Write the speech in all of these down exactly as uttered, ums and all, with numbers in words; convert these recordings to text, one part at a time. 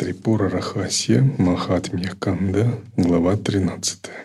Трипура Рахасья, Махатмья Канда, глава тринадцатая.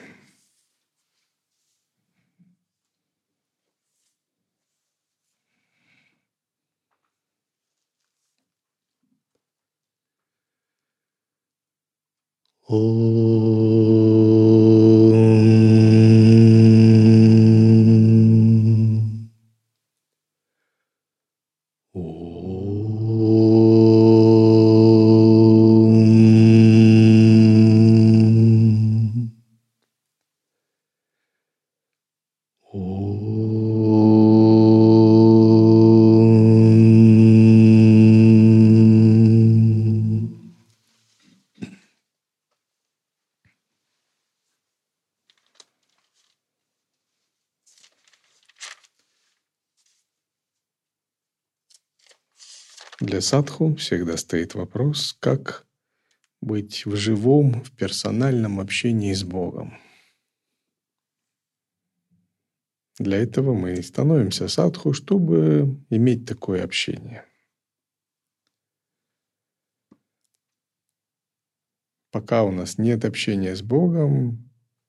Для садху всегда стоит вопрос, как быть в живом, в персональном общении с Богом. Для этого мы и становимся садху, чтобы иметь такое общение. Пока у нас нет общения с Богом,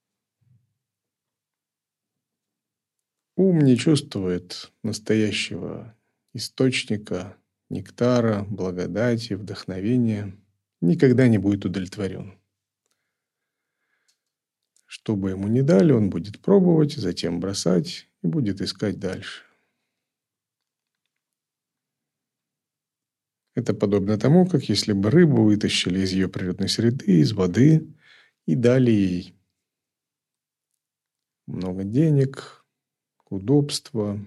ум не чувствует настоящего источника, нектара, благодати, вдохновения, никогда не будет удовлетворен. Что бы ему ни дали, он будет пробовать, затем бросать и будет искать дальше. Это подобно тому, как если бы рыбу вытащили из ее природной среды, из воды, и дали ей много денег, удобства,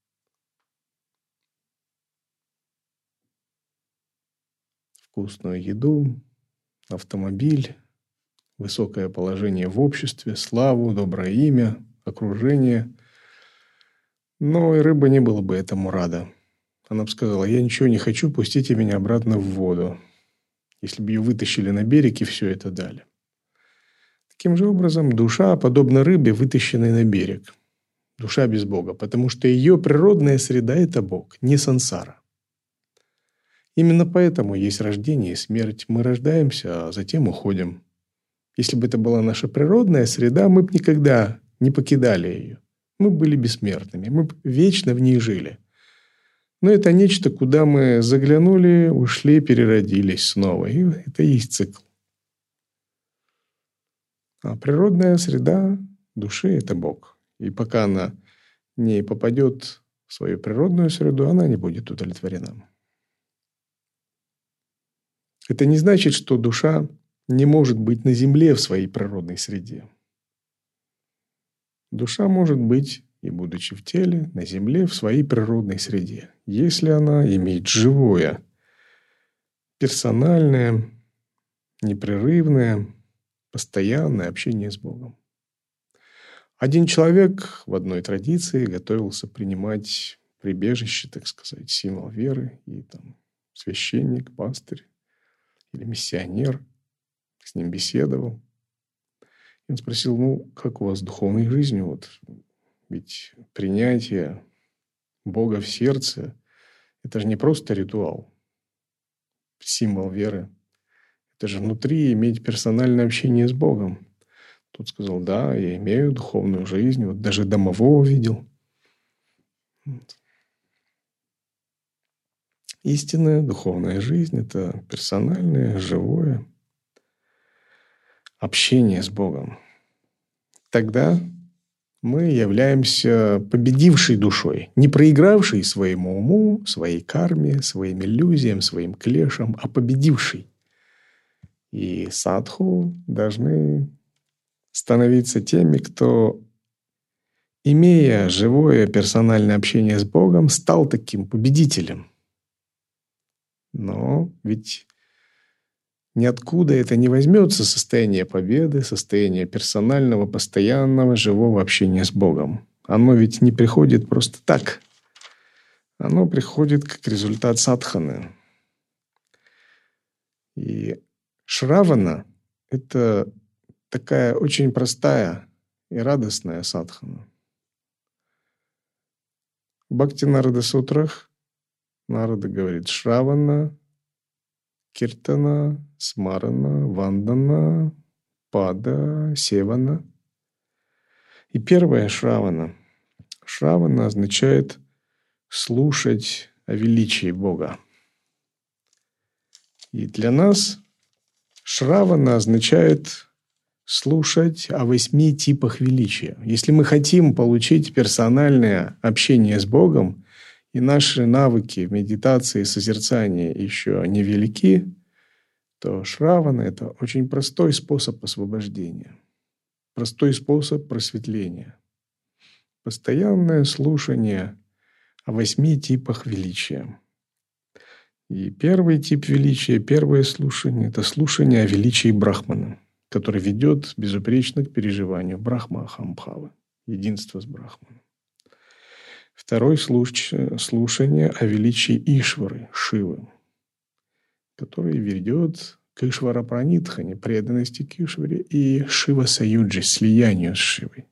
вкусную еду, автомобиль, высокое положение в обществе, славу, доброе имя, окружение. Но и рыба не была бы этому рада. Она бы сказала: я ничего не хочу, пустите меня обратно в воду. Если бы ее вытащили на берег и все это дали. Таким же образом, душа, подобно рыбе, вытащенной на берег. Душа без Бога, потому что ее природная среда – это Бог, не сансара. Именно поэтому есть рождение и смерть. Мы рождаемся, а затем уходим. Если бы это была наша природная среда, мы бы никогда не покидали ее. Мы были бессмертными, мы бы вечно в ней жили. Но это нечто, куда мы заглянули, ушли, переродились снова. И это и есть цикл. А природная среда души – это Бог. И пока она не попадет в свою природную среду, она не будет удовлетворена. Это не значит, что душа не может быть на земле в своей природной среде. Душа может быть, и будучи в теле, на земле в своей природной среде, если она имеет живое, персональное, непрерывное, постоянное общение с Богом. Один человек в одной традиции готовился принимать прибежище, так сказать, символ веры, и там священник, пастырь или миссионер с ним беседовал. И он спросил: ну, как у вас с духовной жизнью? Вот, ведь принятие Бога в сердце – это же не просто ритуал, символ веры. Это же внутри иметь персональное общение с Богом. Тот сказал: да, я имею духовную жизнь, вот даже домового видел. Вот. Истинная духовная жизнь – это персональное, живое общение с Богом. Тогда мы являемся победившей душой, не проигравшей своему уму, своей карме, своим иллюзиям, своим клешам, а победившей. И садху должны становиться теми, кто, имея живое персональное общение с Богом, стал таким победителем. Но ведь ниоткуда это не возьмется, состояние победы, состояние персонального, постоянного, живого общения с Богом. Оно ведь не приходит просто так. Оно приходит как результат садханы. И шравана – это такая очень простая и радостная садхана. В Бхакти-Нарада сутрах Нарада говорит: шравана Киртана, Смарана, Вандана, Пада, Севана. И первое – Шравана. Шравана означает слушать о величии Бога. И для нас Шравана означает слушать о восьми типах величия. Если мы хотим получить персональное общение с Богом, и наши навыки в медитации и созерцании еще невелики, то Шравана – это очень простой способ освобождения, простой способ просветления, постоянное слушание о восьми типах величия. И первый тип величия, первое слушание – это слушание о величии Брахмана, который ведет безупречно к переживанию Брахма-Ахамбхавы, единства с Брахманом. Второе слушание о величии Ишвары, Шивы, который ведет к Ишвара-Пранитхане, преданности к Ишваре, и Шива-Саюджи, слиянию с Шивой.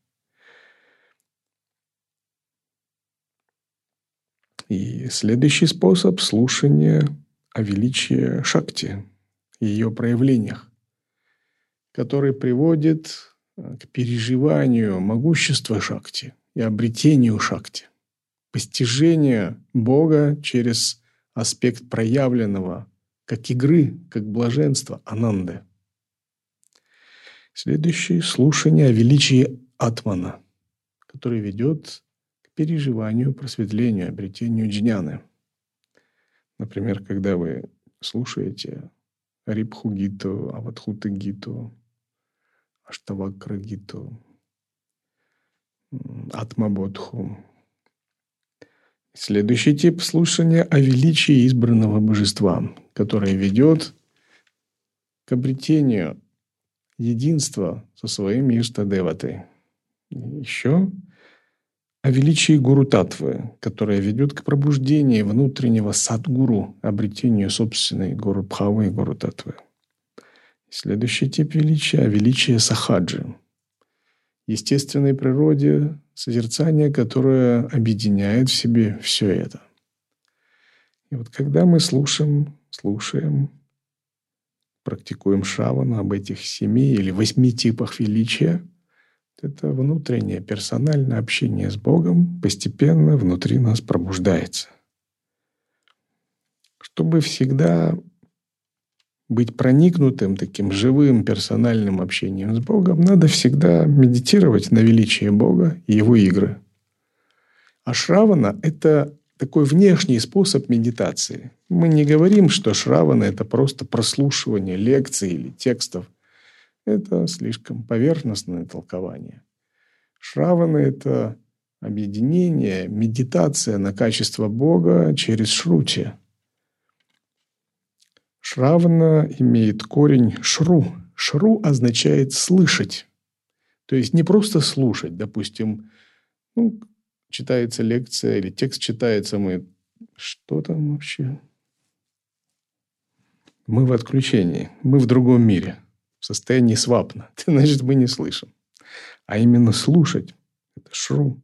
И следующий способ – слушание о величии Шакти, ее проявлениях, который приводит к переживанию могущества Шакти и обретению Шакти, постижению Бога через аспект проявленного, как игры, как блаженства, ананды. Следующее – слушание о величии Атмана, который ведет к переживанию, просветлению, обретению джняны. Например, когда вы слушаете Рипху-гиту, Авадхута-гиту, Аштавакра-гиту, Атмабодху. Следующий тип слушания о величии избранного божества, которое ведет к обретению единства со своим Иштадеватой. Еще о величии Гуру-татвы, которое ведет к пробуждению внутреннего садгуру, обретению собственной Гуру-бхавы и Гуру-татвы. Следующий тип величия – величие сахаджи, естественной природе созерцания, которое объединяет в себе все это. И вот когда мы слушаем, слушаем, практикуем шравану об этих семи или восьми типах величия, это внутреннее персональное общение с Богом постепенно внутри нас пробуждается. Чтобы всегда быть проникнутым таким живым персональным общением с Богом, надо всегда медитировать на величие Бога и Его игры. А шравана – это такой внешний способ медитации. Мы не говорим, что шравана – это просто прослушивание лекций или текстов. Это слишком поверхностное толкование. Шравана – это объединение, медитация на качество Бога через шрути. Шравана имеет корень шру. Шру означает слышать. То есть не просто слушать. Допустим, ну, читается лекция или текст читается, мы... Что там вообще? Мы в отключении. Мы в другом мире. В состоянии свапна. Значит, мы не слышим. А именно слушать. Это шру.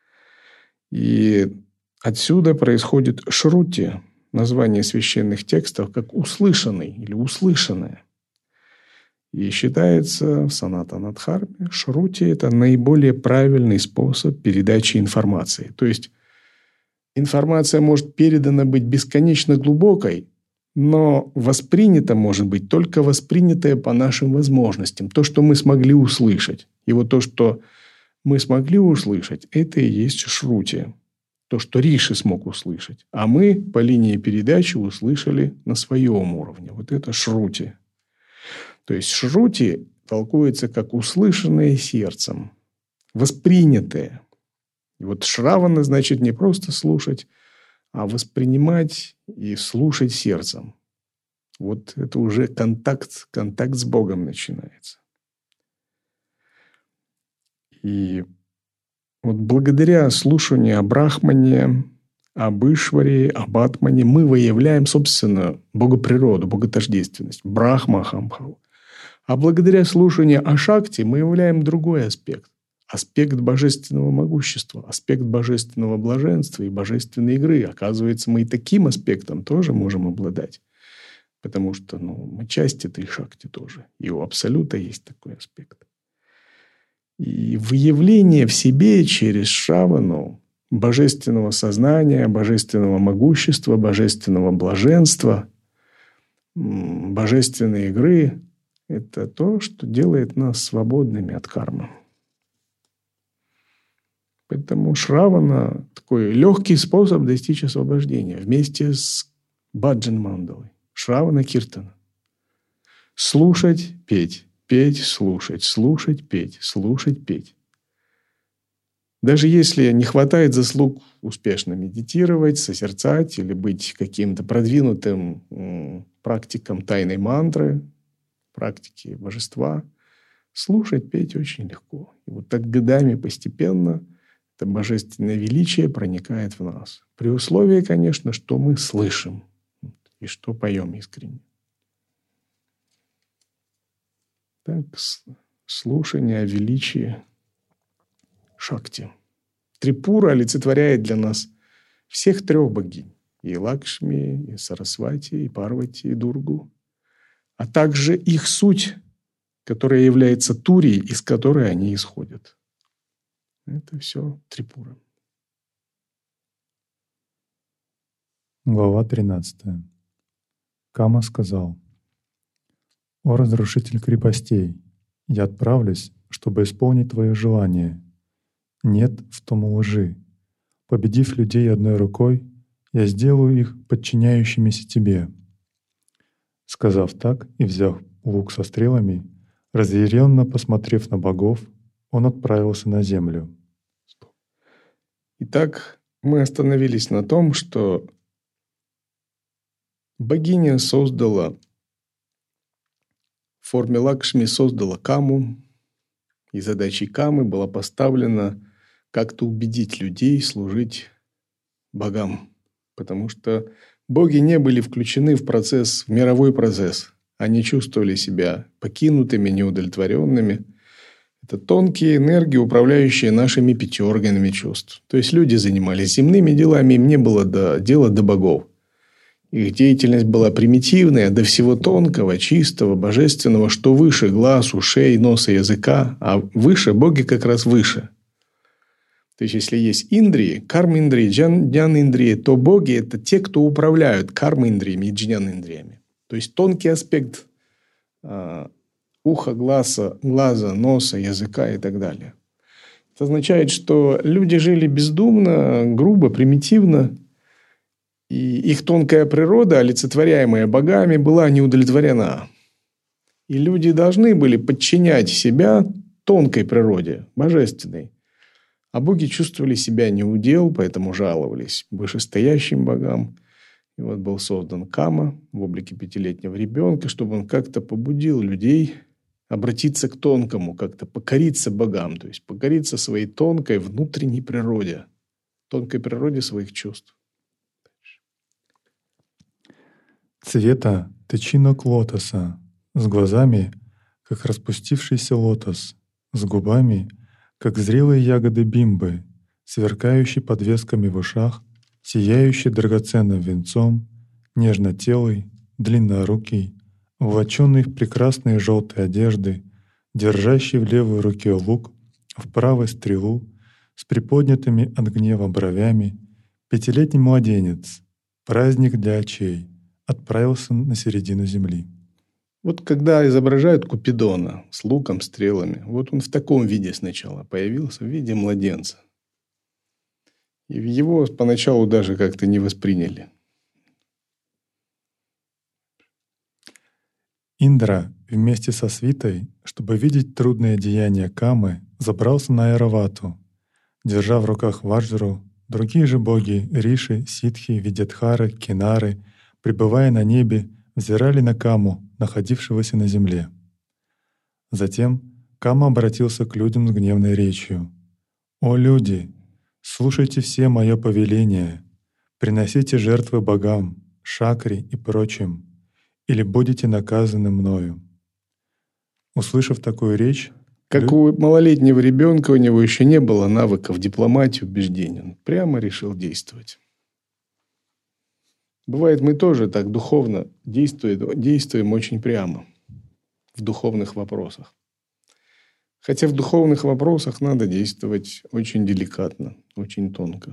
И отсюда происходит шрути. Название священных текстов как услышанный или услышанное. И считается в санатана-дхарме, шрути – это наиболее правильный способ передачи информации. То есть информация может передана быть бесконечно глубокой, но воспринята может быть только воспринятая по нашим возможностям. То, что мы смогли услышать. И вот то, что мы смогли услышать, это и есть шрути. То, что Риши смог услышать. А мы по линии передачи услышали на своем уровне. Вот это шрути. То есть шрути толкуется как услышанное сердцем, воспринятое. И вот шравана значит не просто слушать, а воспринимать и слушать сердцем. Вот это уже контакт, контакт с Богом начинается. И вот благодаря слушанию о Брахмане, об Ишваре, об Атмане мы выявляем собственную богоприроду, боготождественность, Брахма-Ахамбхаву. А благодаря слушанию о Шакти мы выявляем другой аспект. Аспект божественного могущества, аспект божественного блаженства и божественной игры. Оказывается, мы и таким аспектом тоже можем обладать. Потому что ну, мы часть этой шакти тоже. И у Абсолюта есть такой аспект. И выявление в себе через Шравану божественного сознания, божественного могущества, божественного блаженства, божественной игры – это то, что делает нас свободными от кармы. Поэтому Шравана – такой легкий способ достичь освобождения вместе с баджан мандалой. Шравана Киртана. Слушать, петь, петь, слушать, слушать, петь, слушать, петь. Даже если не хватает заслуг успешно медитировать, созерцать или быть каким-то продвинутым м, практиком тайной мантры, практики божества, слушать, петь очень легко. И вот так годами постепенно это божественное величие проникает в нас. При условии, конечно, что мы слышим и что поем искренне. Так, слушание о величии Шакти. Трипура олицетворяет для нас всех трех богинь. И Лакшми, и Сарасвати, и Парвати, и Дургу. А также их суть, которая является Турией, из которой они исходят. Это все Трипура. Глава тринадцатая. Кама сказал: «О разрушитель крепостей, я отправлюсь, чтобы исполнить твое желание. Нет в том лжи. Победив людей одной рукой, я сделаю их подчиняющимися тебе». Сказав так и взяв лук со стрелами, разъяренно посмотрев на богов, он отправился на землю. Итак, мы остановились на том, что богиня создала, в форме Лакшми создала Каму, и задачей Камы была поставлена как-то убедить людей служить богам. Потому что боги не были включены в процесс, в мировой процесс. Они чувствовали себя покинутыми, неудовлетворенными. Это тонкие энергии, управляющие нашими пятью органами чувств. То есть люди занимались земными делами, им не было до, дела до богов. Их деятельность была примитивная, до всего тонкого, чистого, божественного, что выше глаз, ушей, носа, языка, а выше боги как раз выше. То есть, если есть индрии, карм-индрии, джнян-индрии, то боги – это те, кто управляют карм-индриями и джнян-индриями. То есть, тонкий аспект а, уха, глаза, глаза, носа, языка и так далее. Это означает, что люди жили бездумно, грубо, примитивно, и их тонкая природа, олицетворяемая богами, была не удовлетворена. И люди должны были подчинять себя тонкой природе, божественной. А боги чувствовали себя неудел, поэтому жаловались вышестоящим богам. И вот был создан Кама в облике пятилетнего ребенка, чтобы он как-то побудил людей обратиться к тонкому, как-то покориться богам, то есть покориться своей тонкой внутренней природе, тонкой природе своих чувств. Цвета тычинок лотоса, с глазами, как распустившийся лотос, с губами, как зрелые ягоды бимбы, сверкающий подвесками в ушах, сияющий драгоценным венцом, нежнотелый, длиннорукий, облаченный в прекрасные желтые одежды, держащий в левой руке лук, в правой стрелу, с приподнятыми от гнева бровями, пятилетний младенец, праздник для очей, отправился на середину земли. Вот когда изображают Купидона с луком, стрелами, вот он в таком виде сначала появился, в виде младенца. И его поначалу даже как-то не восприняли. Индра вместе со свитой, чтобы видеть трудные деяния Камы, забрался на Айравату, держа в руках Ваджру. Другие же боги — Риши, Ситхи, Видятхары, Кинары, пребывая на небе, взирали на Каму, находившегося на земле. Затем Кама обратился к людям с гневной речью: «О люди, слушайте все мое повеление, приносите жертвы богам, шакри и прочим, или будете наказаны мною». Услышав такую речь, как лю... у малолетнего ребенка, у него еще не было навыков дипломатии, убеждений. Он прямо решил действовать. Бывает, мы тоже так духовно действуем, действуем очень прямо в духовных вопросах. Хотя в духовных вопросах надо действовать очень деликатно, очень тонко.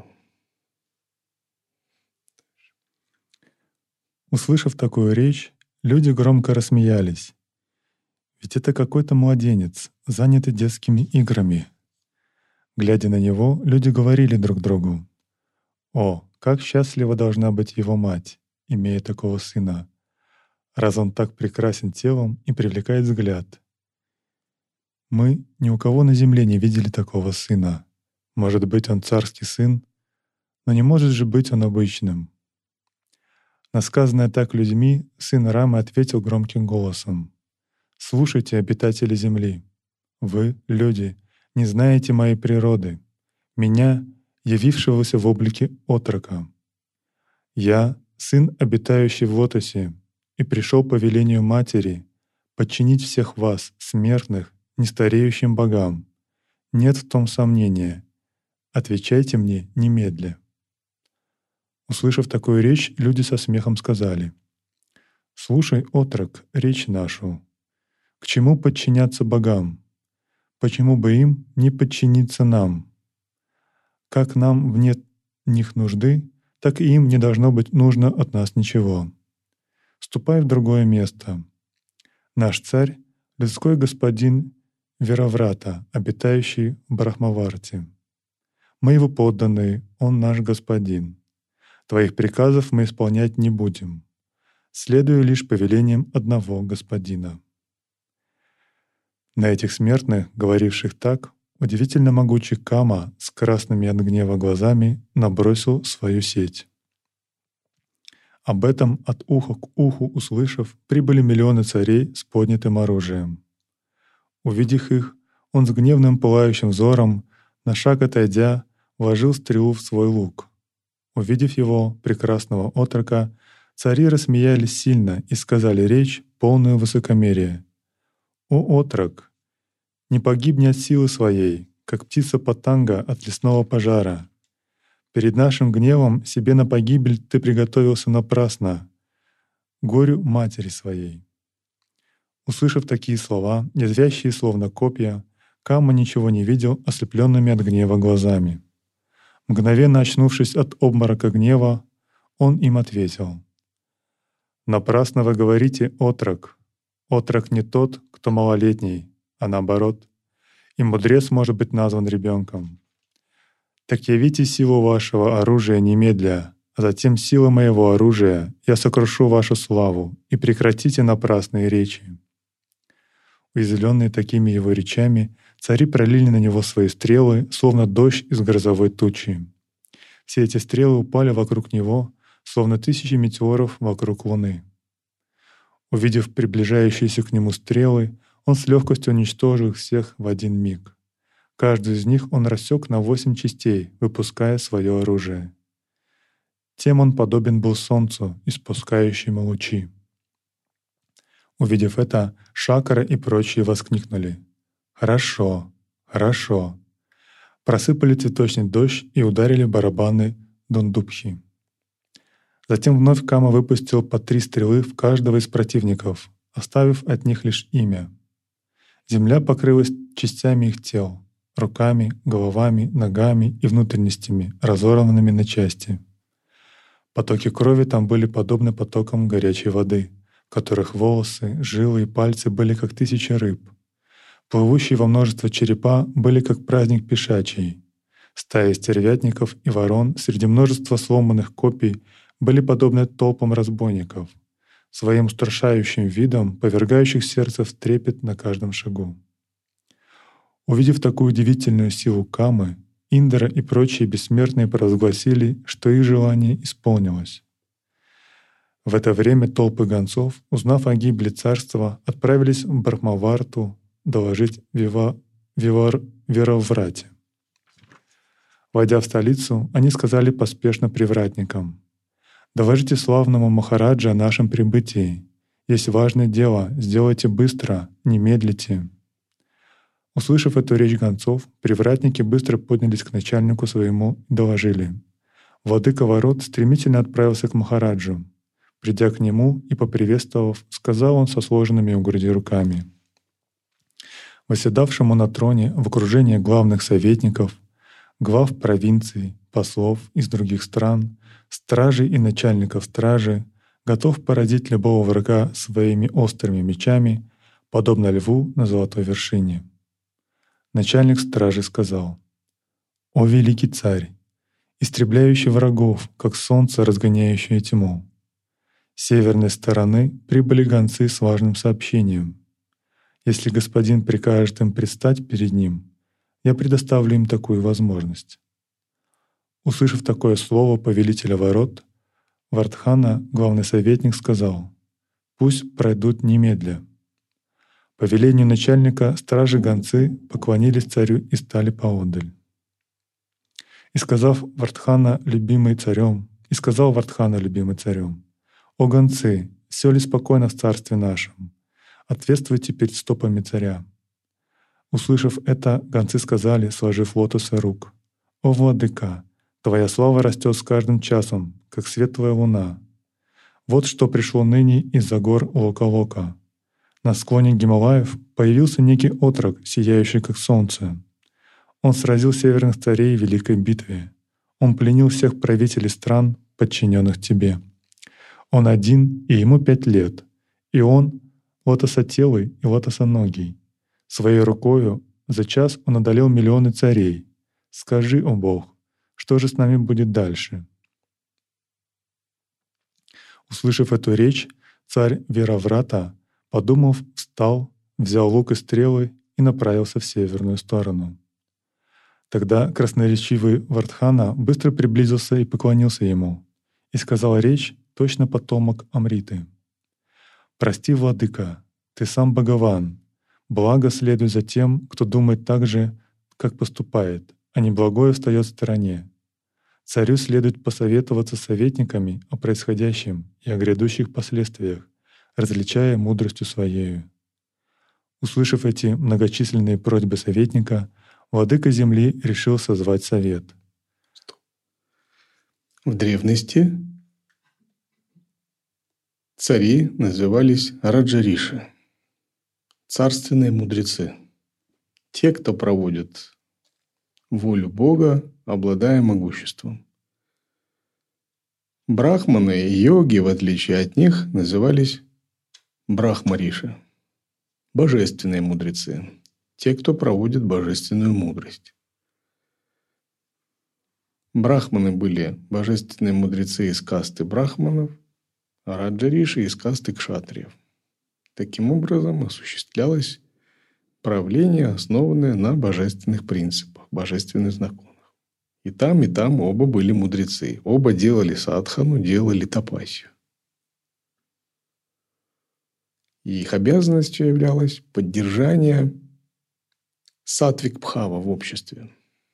Услышав такую речь, люди громко рассмеялись. Ведь это какой-то младенец, занятый детскими играми. Глядя на него, люди говорили друг другу: «О, как счастлива должна быть его мать, имея такого сына, раз он так прекрасен телом и привлекает взгляд. Мы ни у кого на земле не видели такого сына. Может быть, он царский сын, но не может же быть он обычным». На сказанное так людьми сын Рамы ответил громким голосом: «Слушайте, обитатели земли, вы, люди, не знаете моей природы, меня, явившегося в облике отрока. Я — сын, обитающий в лотосе, и пришел по велению матери подчинить всех вас, смертных, нестареющим богам. Нет в том сомнения. Отвечайте мне немедля». Услышав такую речь, люди со смехом сказали: «Слушай, отрок, речь нашу. К чему подчиняться богам? Почему бы им не подчиниться нам? Как нам вне них нужды, так и им не должно быть нужно от нас ничего. Ступай в другое место. Наш царь — людской господин Вераврата, обитающий в Брахмаварте. Мы его подданные, он наш господин. Твоих приказов мы исполнять не будем, следуя лишь повелениям одного господина». На этих смертных, говоривших так, удивительно могучий Кама с красными от гнева глазами набросил свою сеть. Об этом от уха к уху услышав, прибыли миллионы царей с поднятым оружием. Увидев их, он с гневным пылающим взором, на шаг отойдя, вложил стрелу в свой лук. Увидев его, прекрасного отрока, цари рассмеялись сильно и сказали речь, полную высокомерия: «О, отрок, не погибни от силы своей, как птица патанга от лесного пожара. Перед нашим гневом себе на погибель ты приготовился напрасно, горю матери своей». Услышав такие слова, язвящие словно копья, Кама ничего не видел ослепленными от гнева глазами. Мгновенно очнувшись от обморока гнева, он им ответил: «Напрасно вы говорите, отрок. Отрок не тот, кто малолетний, а наоборот. И мудрец может быть назван ребенком. Так явите силу вашего оружия немедля, а затем силой моего оружия я сокрушу вашу славу, и прекратите напрасные речи». Уязвленные такими его речами, цари пролили на него свои стрелы, словно дождь из грозовой тучи. Все эти стрелы упали вокруг него, словно тысячи метеоров вокруг Луны. Увидев приближающиеся к нему стрелы, он с легкостью уничтожил их всех в один миг. Каждую из них он рассек на восемь частей, выпуская свое оружие. Тем он подобен был солнцу, испускающему лучи. Увидев это, Шакра и прочие воскликнули: «Хорошо, хорошо!» Просыпали цветочный дождь и ударили барабаны дундубхи. Затем вновь Кама выпустил по три стрелы в каждого из противников, оставив от них лишь имя. Земля покрылась частями их тел, руками, головами, ногами и внутренностями, разорванными на части. Потоки крови там были подобны потокам горячей воды, в которых волосы, жилы и пальцы были как тысячи рыб. Плывущие во множество черепа были как праздник пешачий. Стаи стервятников и ворон среди множества сломанных копий были подобны толпам разбойников, своим устрашающим видом повергающих сердце в трепет на каждом шагу. Увидев такую удивительную силу Камы, Индра и прочие бессмертные провозгласили, что их желание исполнилось. В это время толпы гонцов, узнав о гибели царства, отправились в Брахмаварту доложить Вива, Вивар, Вераврате. Войдя в столицу, они сказали поспешно привратникам: «Доложите славному Махараджа о нашем прибытии. Есть важное дело, сделайте быстро, не медлите». Услышав эту речь гонцов, привратники быстро поднялись к начальнику своему и доложили: «Владыка ворот стремительно отправился к Махараджу. Придя к нему и поприветствовав, сказал он со сложенными у груди руками: «Восседавшему на троне в окружении главных советников, глав провинций, послов из других стран, стражей и начальников стражи, готов поразить любого врага своими острыми мечами, подобно льву на золотой вершине». Начальник стражи сказал: «О великий царь, истребляющий врагов, как солнце, разгоняющее тьму! С северной стороны прибыли гонцы с важным сообщением. Если господин прикажет им предстать перед ним, я предоставлю им такую возможность». Услышав такое слово повелителя ворот, Вардхана, главный советник, сказал: «Пусть пройдут немедля». По велению начальника стражи гонцы поклонились царю и стали поодаль. И сказав Вардхана любимый царем, и сказал Вардхана любимый царем: «О гонцы, все ли спокойно в царстве нашем? Ответствуйте перед стопами царя». Услышав это, гонцы сказали, сложив лотосы рук: «О владыка, твоя слава растет с каждым часом, как светлая луна. Вот что пришло ныне из-за гор Лока-Лока. На склоне Гималаев появился некий отрок, сияющий как солнце. Он сразил северных царей в великой битве. Он пленил всех правителей стран, подчиненных тебе. Он один, и ему пять лет, и он лотосотелый и лотосоногий. Своей рукою за час он одолел миллионы царей. Скажи, о Бог, что же с нами будет дальше?» Услышав эту речь, царь Вираврата, подумав, встал, взял лук и стрелы и направился в северную сторону. Тогда красноречивый Вардхана быстро приблизился и поклонился ему, и сказал речь точно потомок Амриты: «Прости, владыка, ты сам Бхагаван. Благо следуй за тем, кто думает так же, как поступает, а неблагое встает в стороне. Царю следует посоветоваться с советниками о происходящем и о грядущих последствиях, различая мудростью своею». Услышав эти многочисленные просьбы советника, владыка земли решил созвать совет. В древности цари назывались раджариши, царственные мудрецы, те, кто проводит волю Бога, обладая могуществом. Брахманы и йоги, в отличие от них, назывались брахмариши, божественные мудрецы, те, кто проводит божественную мудрость. Брахманы были божественные мудрецы из касты брахманов, а раджариши из касты кшатриев. Таким образом осуществлялось правление, основанное на божественных принципах, божественных законах. И там, и там оба были мудрецы. Оба делали садхану, делали тапасию. И их обязанностью являлось поддержание сатвик-бхава в обществе.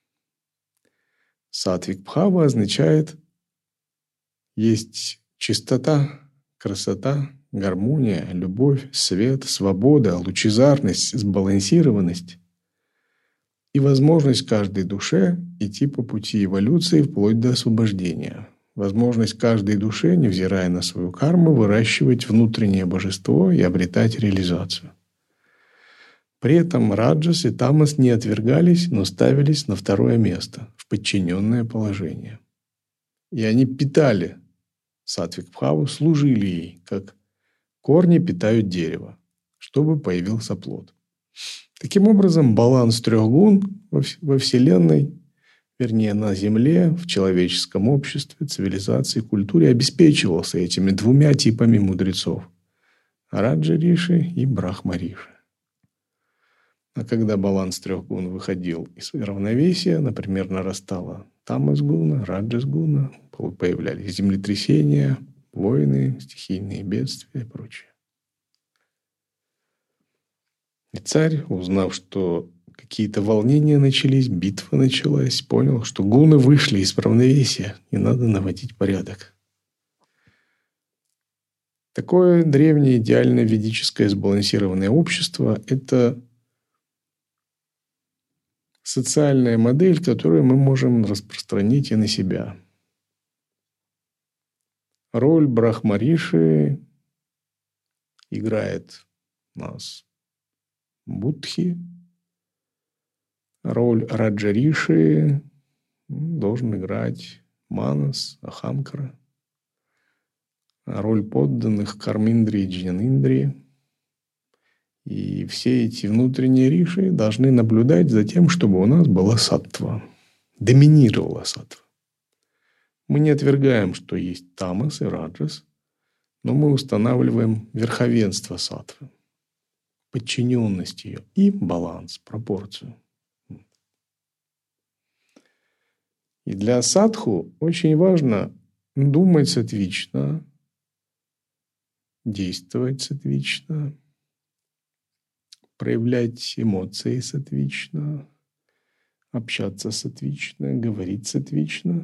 Сатвик-бхава означает есть чистота, красота, гармония, любовь, свет, свобода, лучезарность, сбалансированность и возможность каждой душе идти по пути эволюции вплоть до освобождения. Возможность каждой душе, невзирая на свою карму, выращивать внутреннее божество и обретать реализацию. При этом раджас и тамас не отвергались, но ставились на второе место, в подчиненное положение. И они питали сатвик-бхаву, служили ей, как корни питают дерево, чтобы появился плод. Таким образом, баланс трех гун во Вселенной, вернее, на Земле, в человеческом обществе, цивилизации, культуре обеспечивался этими двумя типами мудрецов – раджа-риши и брахма-риши. А когда баланс трех гун выходил из равновесия, например, нарастала тамас-гуна, раджас-гуна, появлялись землетрясения, войны, стихийные бедствия и прочее. И царь, узнав, что какие-то волнения начались, битва началась, понял, что гуны вышли из равновесия, и надо наводить порядок. Такое древнее, идеальное ведическое сбалансированное общество – это социальная модель, которую мы можем распространить и на себя. Роль Брахмариши играет у нас Будхи. Роль Раджариши должен играть Манас, Ахамкара. А роль подданных Карминдри и Джняниндри. И все эти внутренние риши должны наблюдать за тем, чтобы у нас была саттва. Доминировала саттва. Мы не отвергаем, что есть тамас и раджас, но мы устанавливаем верховенство саттвы, подчиненность ее и баланс, пропорцию. И для садху очень важно думать саттвично, действовать саттвично, проявлять эмоции саттвично, общаться саттвично, говорить саттвично,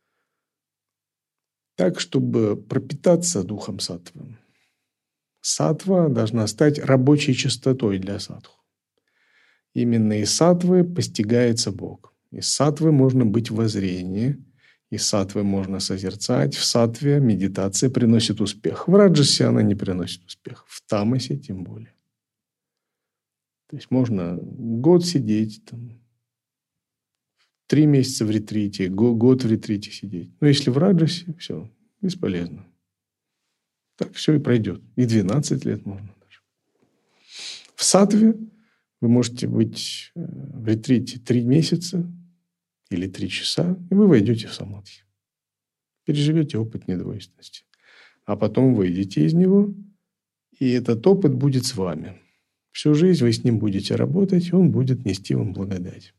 так, чтобы пропитаться духом саттвы. Саттва должна стать рабочей частотой для садху. Именно из саттвы постигается Бог. Из саттвы можно быть в воззрении, из саттвы можно созерцать. В саттве медитация приносит успех. В раджасе она не приносит успех. В тамасе тем более. То есть можно год сидеть, там, три месяца в ретрите, год в ретрите сидеть. Но если в раджасе, все, бесполезно. Так все и пройдет. И двенадцать лет можно даже. В саттве вы можете быть в ретрите три месяца или три часа, и вы войдете в самадхи. Переживете опыт недвойственности. А потом выйдете из него, и этот опыт будет с вами. Всю жизнь вы с ним будете работать, и он будет нести вам благодать.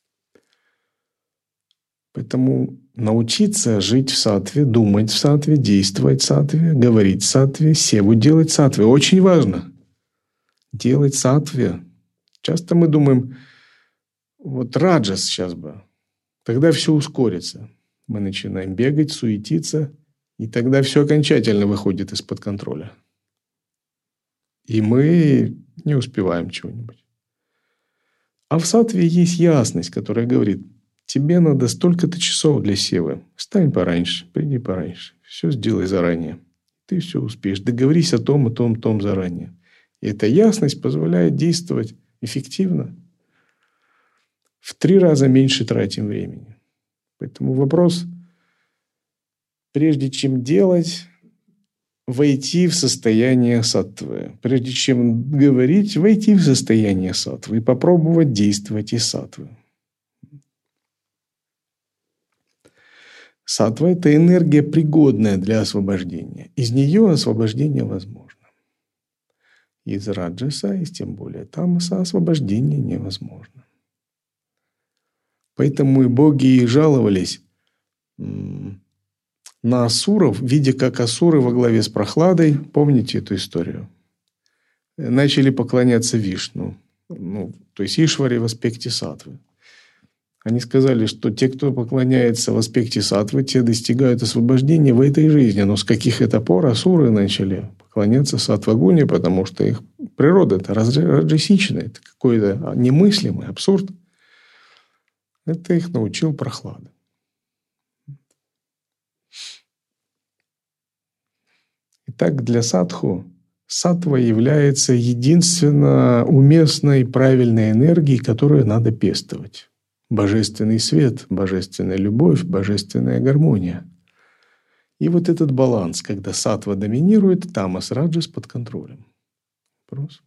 Поэтому научиться жить в саттве, думать в саттве, действовать в саттве, говорить в саттве, севу делать в саттве очень важно. Делать в саттве. Часто мы думаем, вот раджас сейчас бы, тогда все ускорится. Мы начинаем бегать, суетиться, и тогда все окончательно выходит из-под контроля. И мы не успеваем чего-нибудь. А в саттве есть ясность, которая говорит, тебе надо столько-то часов для севы. Встань пораньше, приди пораньше. Все сделай заранее. Ты все успеешь. Договорись о том, о том, о том заранее. И эта ясность позволяет действовать эффективно. В три раза меньше тратим времени. Поэтому вопрос, прежде чем делать, войти в состояние саттвы. Прежде чем говорить, войти в состояние саттвы и попробовать действовать из саттвы. Саттва – это энергия, пригодная для освобождения. Из нее освобождение возможно. Из раджаса, и тем более тамаса, освобождение невозможно. Поэтому и боги жаловались на асуров, видя, как асуры во главе с Прохладой, помните эту историю, начали поклоняться Вишну, ну, то есть Ишваре в аспекте саттвы. Они сказали, что те, кто поклоняется в аспекте саттвы, те достигают освобождения в этой жизни. Но с каких это пор асуры начали поклоняться саттвагуне, потому что их природа это раджасичная, это какой-то немыслимый абсурд. Это их научил Прохлада. Итак, для садху саттва является единственно уместной и правильной энергией, которую надо пестовать. Божественный свет, божественная любовь, божественная гармония. И вот этот баланс, когда саттва доминирует, тамас, раджас под контролем. Вопрос?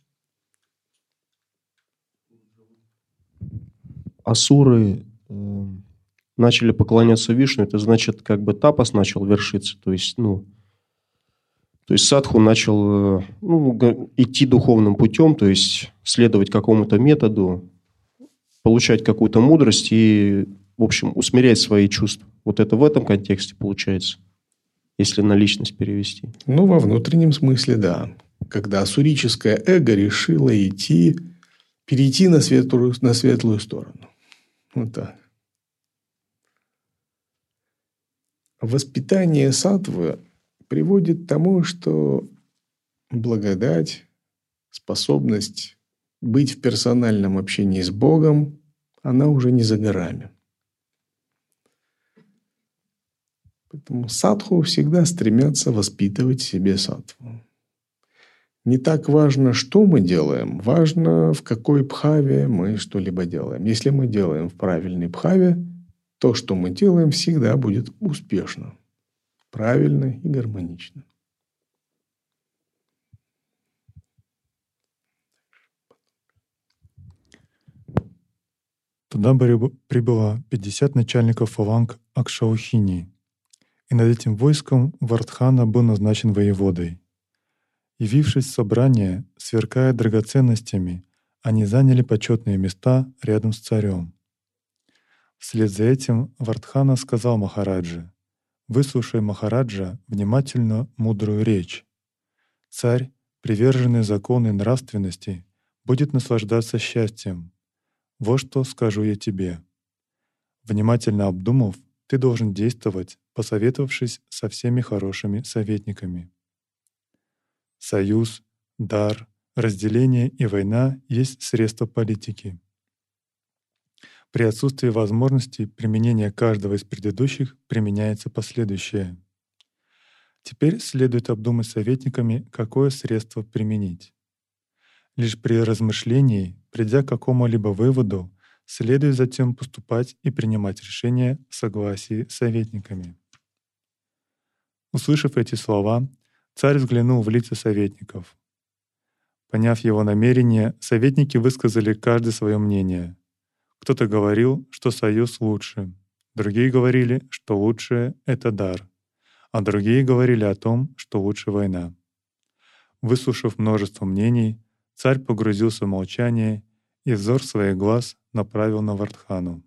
Асуры э, начали поклоняться Вишну, это значит, как бы тапас начал вершиться, то есть, ну, то есть садху начал э, ну, идти духовным путем, то есть следовать какому-то методу, получать какую-то мудрость и, в общем, усмирять свои чувства. Вот это в этом контексте получается, если на личность перевести. Ну, во внутреннем смысле, да. Когда ассурическое эго решило идти, перейти на светлую, на светлую сторону. Вот так. Воспитание саттвы приводит к тому, что благодать, способность быть в персональном общении с Богом, она уже не за горами. Поэтому садху всегда стремятся воспитывать в себе саттву. Не так важно, что мы делаем, важно, в какой бхаве мы что-либо делаем. Если мы делаем в правильной бхаве, то, что мы делаем, всегда будет успешно, правильно и гармонично. Туда прибыло пятьдесят начальников фаланг Акшаухини, и над этим войском Вардхана был назначен воеводой. Явившись в собрание, сверкая драгоценностями, они заняли почетные места рядом с царем. Вслед за этим Вардхана сказал Махараджи: «Выслушай, Махараджа, внимательно мудрую речь. Царь, приверженный закону нравственности, будет наслаждаться счастьем. Вот что скажу я тебе. Внимательно обдумав, ты должен действовать, посоветовавшись со всеми хорошими советниками. Союз, дар, разделение и война есть средства политики. При отсутствии возможности применения каждого из предыдущих применяется последующее. Теперь следует обдумать советниками, какое средство применить. Лишь при размышлении, придя к какому-либо выводу, следует затем поступать и принимать решения в согласии с советниками». Услышав эти слова, царь взглянул в лица советников. Поняв его намерение, советники высказали каждое свое мнение. Кто-то говорил, что союз лучше, другие говорили, что лучше — это дар, а другие говорили о том, что лучше война. Выслушав множество мнений, царь погрузился в молчание и взор своих глаз направил на Вардхану.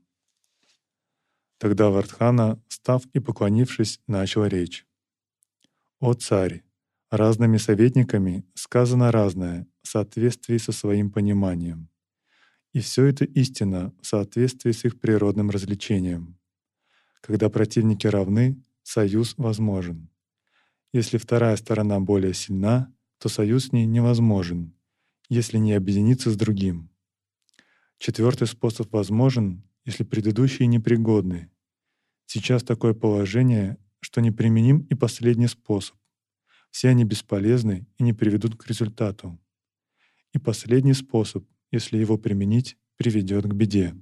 Тогда Вардхана, став и поклонившись, начал речь. «О царь! Разными советниками сказано разное в соответствии со своим пониманием. И все это истина в соответствии с их природным развлечением. Когда противники равны, союз возможен. Если вторая сторона более сильна, то союз с ней невозможен, если не объединиться с другим. Четвертый способ возможен, если предыдущие непригодны. Сейчас такое положение, что неприменим и последний способ. Все они бесполезны и не приведут к результату. И последний способ, если его применить, приведет к беде.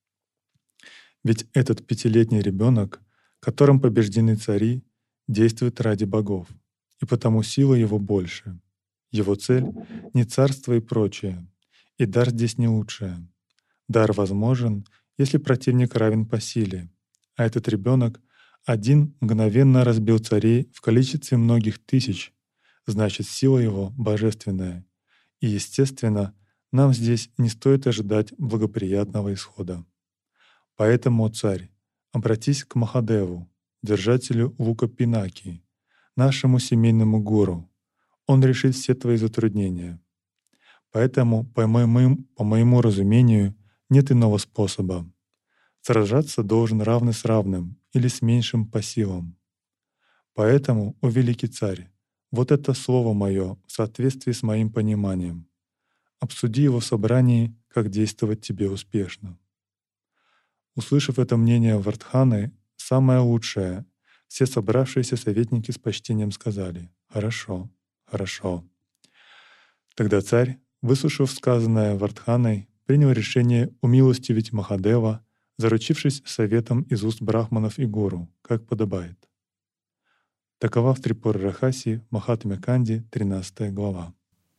Ведь этот пятилетний ребенок, которым побеждены цари, действует ради богов, и потому сила его больше. Его цель — не царство и прочее, и дар здесь не лучшее. Дар возможен, если противник равен по силе, а этот ребенок один мгновенно разбил царей в количестве многих тысяч, значит, сила его божественная. И, естественно, нам здесь не стоит ожидать благоприятного исхода. Поэтому, царь, обратись к Махадеву, держателю лука Пинаки, нашему семейному гуру. Он решит все твои затруднения. Поэтому, по моему, по моему разумению, нет иного способа. Сражаться должен равный с равным или с меньшим по силам. Поэтому, о великий царь, вот это слово мое в соответствии с моим пониманием. Обсуди его в собрании, как действовать тебе успешно». Услышав это мнение Вардханы, самое лучшее, все собравшиеся советники с почтением сказали: «Хорошо, хорошо». Тогда царь, выслушав сказанное Вардханой, принял решение умилостивить Махадева, заручившись советом из уст брахманов и гуру, как подобает. Такова в Трипура-Рахаси Махатмья Канди, тринадцатая глава.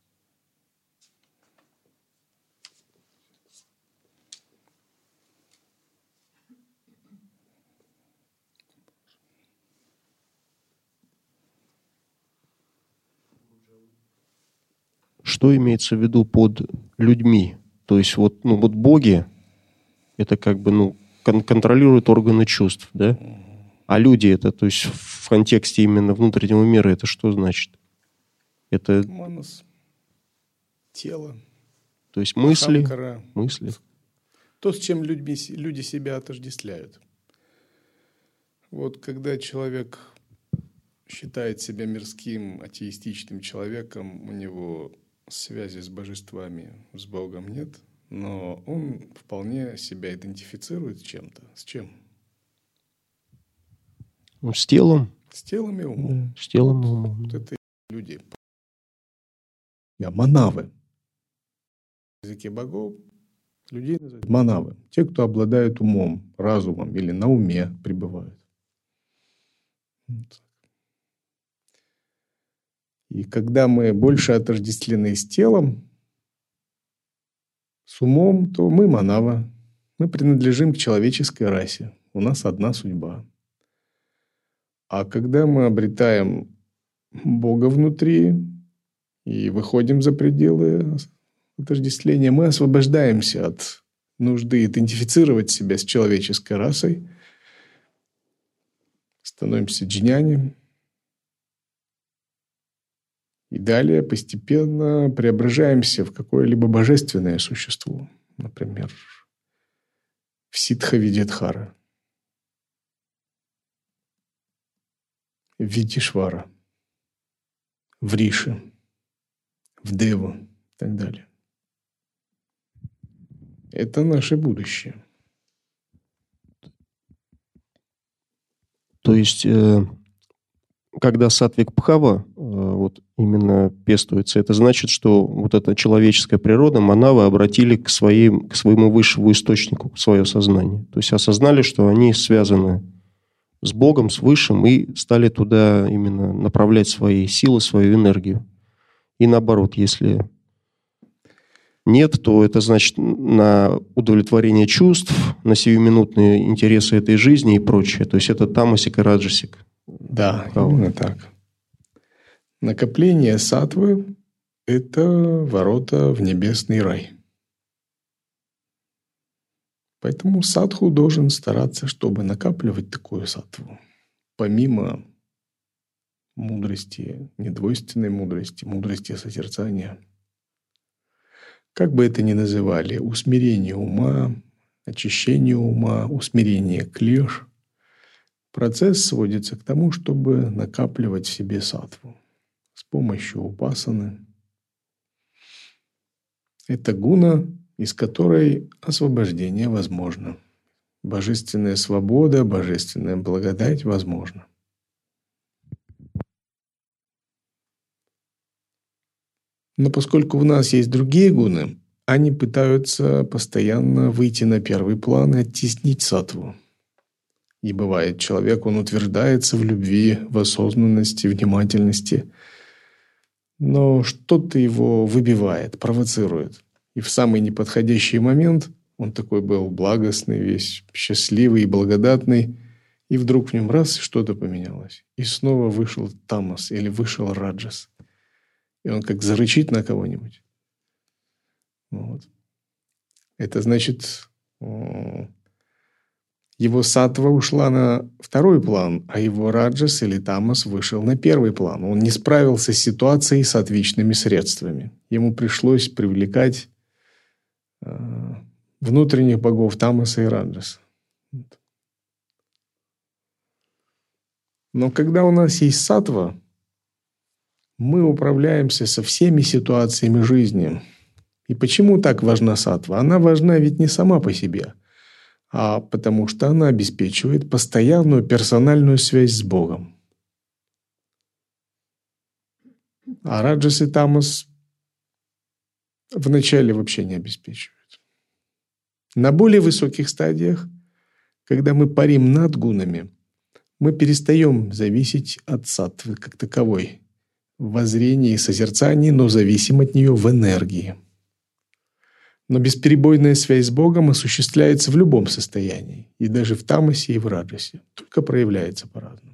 Что имеется в виду под людьми? То есть вот, ну, вот боги — это как бы ну, кон- контролируют органы чувств, да? А люди — это, то есть в контексте именно внутреннего мира, это что значит? Это Манас, тело, то есть мысли, ахамкара. мысли. То, с чем людьми, люди себя отождествляют. Вот когда человек считает себя мирским, атеистичным человеком, у него связи с божествами, с Богом нет, но он вполне себя идентифицирует с чем-то. С чем? Ну, с телом. С телом и умом. С телом и умом. Вот это люди. Я манавы. В языке богов людей называют манавы. Те, кто обладают умом, разумом или на уме пребывают. Вот. И когда мы больше отождествлены с телом, с умом, то мы манава. Мы принадлежим к человеческой расе. У нас одна судьба. А когда мы обретаем Бога внутри и выходим за пределы отождествления, мы освобождаемся от нужды идентифицировать себя с человеческой расой, становимся джняни. И далее постепенно преображаемся в какое-либо божественное существо. Например, в Ситха-Видетхара, в Витишвара, в Риши, в Деву и так далее. Это наше будущее. То есть, э, когда сатвик бхава э, вот именно пестуется, это значит, что вот эта человеческая природа, манавы обратили к, своим, к своему высшему источнику, свое сознание. То есть осознали, что они связаны с Богом, с Высшим, и стали туда именно направлять свои силы, свою энергию. И наоборот, если нет, то это значит на удовлетворение чувств, на сиюминутные интересы этой жизни и прочее. То есть это тамасик и раджасик. Да, именно так. Накопление сатвы – это ворота в небесный рай. Поэтому садху должен стараться, чтобы накапливать такую сатву. Помимо мудрости, недвойственной мудрости, мудрости созерцания. Как бы это ни называли, усмирение ума, очищение ума, усмирение клеш, процесс сводится к тому, чтобы накапливать в себе сатву с помощью упасаны. Это гуна, из которой освобождение возможно. Божественная свобода, божественная благодать возможна. Но поскольку в нас есть другие гуны, они пытаются постоянно выйти на первый план и оттеснить сатву. И бывает, человек, он утверждается в любви, в осознанности, внимательности, но что-то его выбивает, провоцирует. И в самый неподходящий момент он такой был благостный, весь счастливый и благодатный, и вдруг в нем раз что-то поменялось. И снова вышел тамас или вышел раджас. И он как зарычит на кого-нибудь. Вот. Это значит, его сатва ушла на второй план, а его раджас или тамас вышел на первый план. Он не справился с ситуацией сатвичными средствами. Ему пришлось привлекать внутренних богов тамаса и раджаса. Но когда у нас есть сатва, мы управляемся со всеми ситуациями жизни. И почему так важна сатва? Она важна ведь не сама по себе, а потому что она обеспечивает постоянную персональную связь с Богом. А раджас и тамас вначале вообще не обеспечивают. На более высоких стадиях, когда мы парим над гунами, мы перестаем зависеть от сатвы как таковой в воззрении и созерцании, но зависим от нее в энергии. Но бесперебойная связь с Богом осуществляется в любом состоянии, и даже в тамасе и в раджасе, только проявляется по-разному.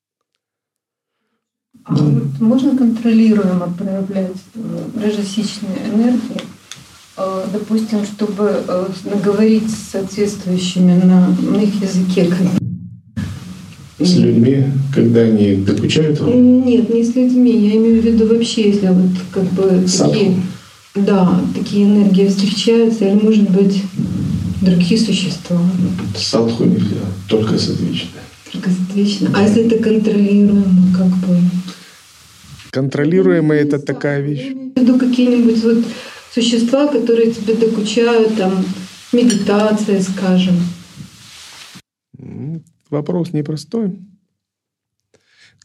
А вот можно контролируемо проявлять раджасичные энергии, допустим, чтобы наговорить с соответствующими на, на их языке? С людьми, когда они докучают вам? Нет, не с людьми. Я имею в виду вообще, если вот как бы Садху. такие, да, такие энергии встречаются, или, может быть, другие существа. Садху нельзя, только сатвичное. Только сатвично. А если это контролируемо, как бы? Контролируемо это такая вещь. Я имею в виду какие-нибудь вот существа, которые тебе докучают, там, медитация, скажем. Вопрос непростой.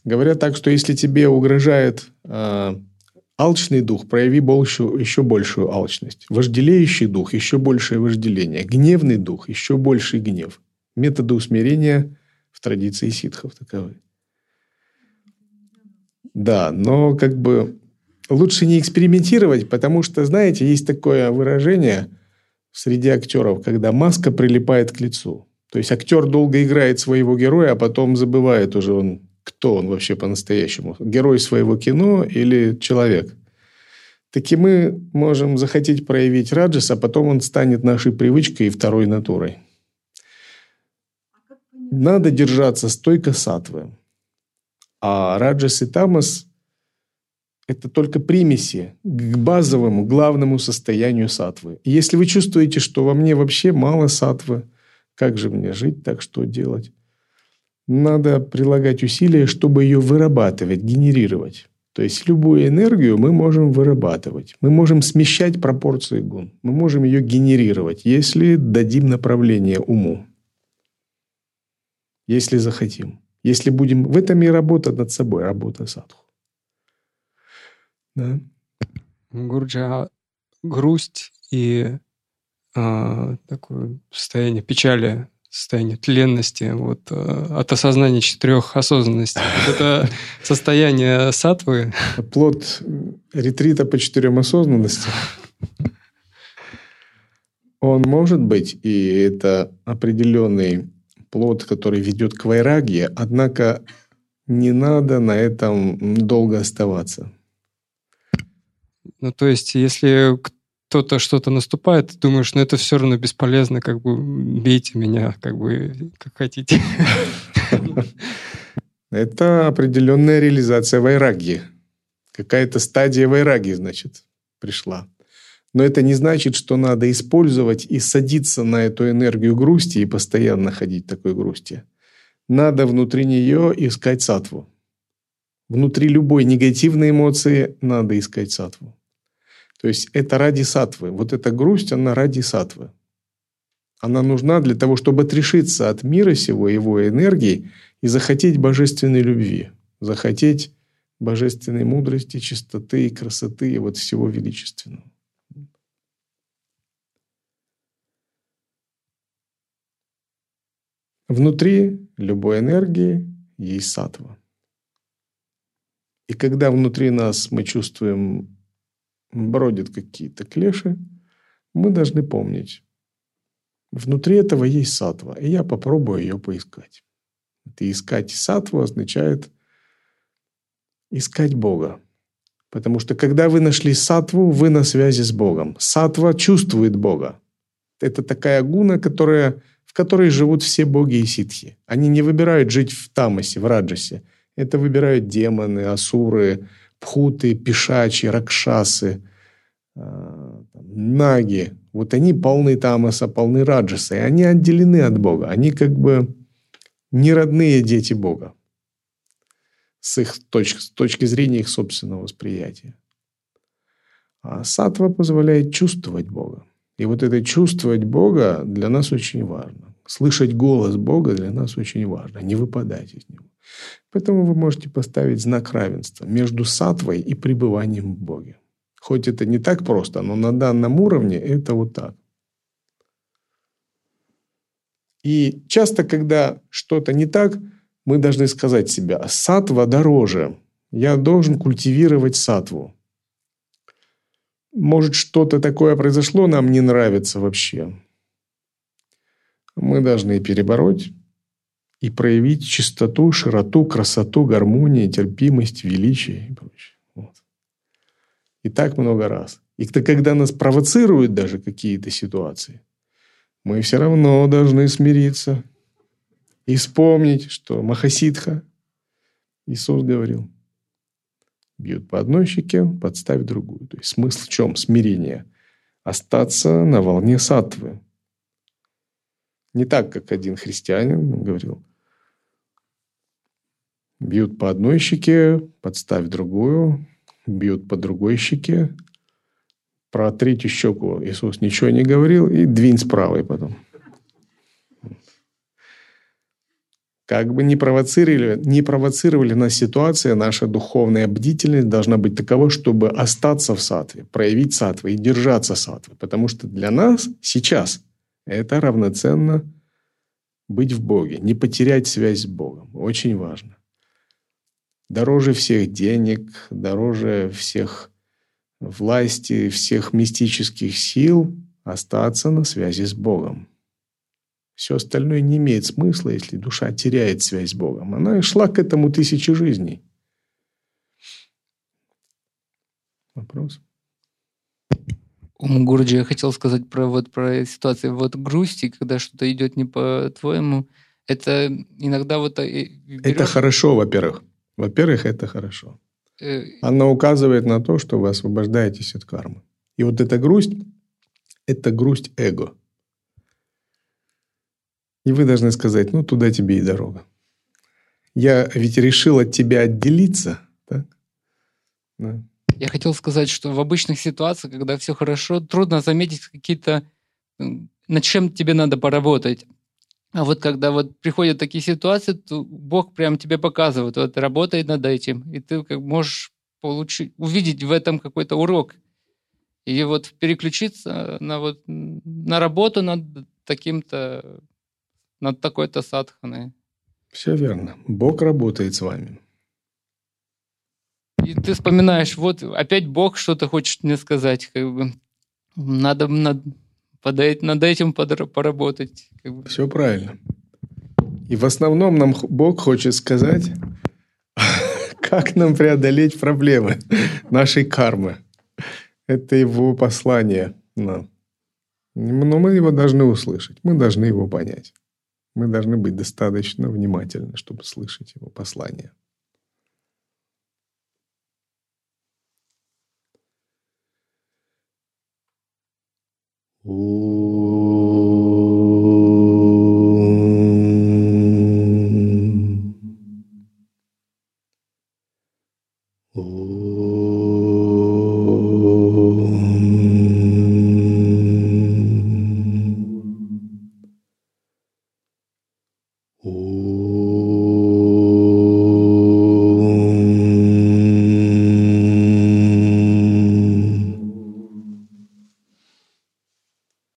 Говорят так, что если тебе угрожает э, алчный дух, прояви большую, еще большую алчность. Вожделеющий дух – еще большее вожделение. Гневный дух – еще больший гнев. Методы усмирения в традиции ситхов таковы. Да, но как бы лучше не экспериментировать, потому что, знаете, есть такое выражение среди актеров, когда маска прилипает к лицу. То есть актер долго играет своего героя, а потом забывает уже он, кто он вообще по-настоящему. Герой своего кино или человек. Так и мы можем захотеть проявить раджас, а потом он станет нашей привычкой и второй натурой. Надо держаться стойко саттвы. А раджас и тамас – это только примеси к базовому, главному состоянию саттвы. И если вы чувствуете, что во мне вообще мало саттвы, как же мне жить, так что делать? Надо прилагать усилия, чтобы ее вырабатывать, генерировать. То есть любую энергию мы можем вырабатывать. Мы можем смещать пропорции гун. Мы можем ее генерировать, если дадим направление уму. Если захотим. Если будем в этом и работать над собой, работа садху. Да. Гуруджи, а грусть и а, такое состояние печали, состояние тленности вот, а, от осознания четырех осознанностей. Это состояние саттвы. Плод ретрита по четырем осознанностям. Он может быть, и это определенный плод, который ведет к вайрагье, однако не надо на этом долго оставаться. Ну, то есть, если кто-то что-то наступает, ты думаешь, ну, это все равно бесполезно, как бы бейте меня, как бы, как хотите. Это определенная реализация вайрагьи. Какая-то стадия вайрагьи, значит, пришла. Но это не значит, что надо использовать и садиться на эту энергию грусти и постоянно ходить в такой грусти. Надо внутри нее искать саттву. Внутри любой негативной эмоции надо искать саттву. То есть это ради саттвы. Вот эта грусть, она ради саттвы. Она нужна для того, чтобы отрешиться от мира сего, его энергии и захотеть божественной любви. Захотеть божественной мудрости, чистоты, красоты и вот всего величественного. Внутри любой энергии есть саттва. И когда внутри нас мы чувствуем, бродят какие-то клеши, мы должны помнить, внутри этого есть саттва, и я попробую ее поискать. Это искать саттву означает искать Бога. Потому что когда вы нашли саттву, вы на связи с Богом. Саттва чувствует Бога. Это такая гуна, которая... в которой живут все боги и ситхи. Они не выбирают жить в тамасе, в раджасе. Это выбирают демоны, асуры, пхуты, пишачи, ракшасы, наги. Вот они полны тамаса, полны раджаса. И они отделены от Бога. Они как бы не родные дети Бога. С их точки, с точки зрения их собственного восприятия. А саттва позволяет чувствовать Бога. И вот это чувствовать Бога для нас очень важно. Слышать голос Бога для нас очень важно. Не выпадать из него. Поэтому вы можете поставить знак равенства между саттвой и пребыванием в Боге. Хоть это не так просто, но на данном уровне это вот так. И часто, когда что-то не так, мы должны сказать себе: саттва дороже. Я должен культивировать саттву. Может, что-то такое произошло, нам не нравится вообще. Мы должны перебороть и проявить чистоту, широту, красоту, гармонию, терпимость, величие и прочее. Вот. И так много раз. И когда нас провоцируют даже какие-то ситуации, мы все равно должны смириться и вспомнить, что Махасидха, Иисус говорил: бьют по одной щеке, подставь другую. То есть смысл в чем? Смирение. Остаться на волне саттвы. Не так, как один христианин говорил: бьют по одной щеке, подставь другую. Бьют по другой щеке. Про третью щеку Иисус ничего не говорил. И двинь с правой потом. Как бы не провоцировали, не провоцировали нас ситуация, наша духовная бдительность должна быть такова, чтобы остаться в саттве, проявить саттву и держаться саттвы. Потому что для нас сейчас это равноценно быть в Боге, не потерять связь с Богом. Очень важно. Дороже всех денег, дороже всех власти, всех мистических сил остаться на связи с Богом. Все остальное не имеет смысла, если душа теряет связь с Богом. Она шла к этому тысячи жизней. Вопрос? Гуруджи, я хотел сказать про, вот, про ситуацию вот грусти, когда что-то идет не по-твоему. Это иногда вот... Берешь... Это хорошо, во-первых. Во-первых, это хорошо. Э... Она указывает на то, что вы освобождаетесь от кармы. И вот эта грусть, это грусть эго. И вы должны сказать, ну, туда тебе и дорога. Я ведь решил от тебя отделиться, так? Да. Я хотел сказать, что в обычных ситуациях, когда все хорошо, трудно заметить какие-то... над чем тебе надо поработать. А вот когда вот приходят такие ситуации, то Бог прям тебе показывает, вот работай над этим, и ты как можешь получить, увидеть в этом какой-то урок. И вот переключиться на, вот, на работу над таким-то... над такой-то садханой. Все верно. Бог работает с вами. И ты вспоминаешь, вот опять Бог что-то хочет мне сказать. Как бы, надо над, под, над этим поработать. Как бы. Все правильно. И в основном нам Бог хочет сказать, как нам преодолеть проблемы нашей кармы. Это его послание нам. Но мы его должны услышать. Мы должны его понять. Мы должны быть достаточно внимательны, чтобы слышать его послание. О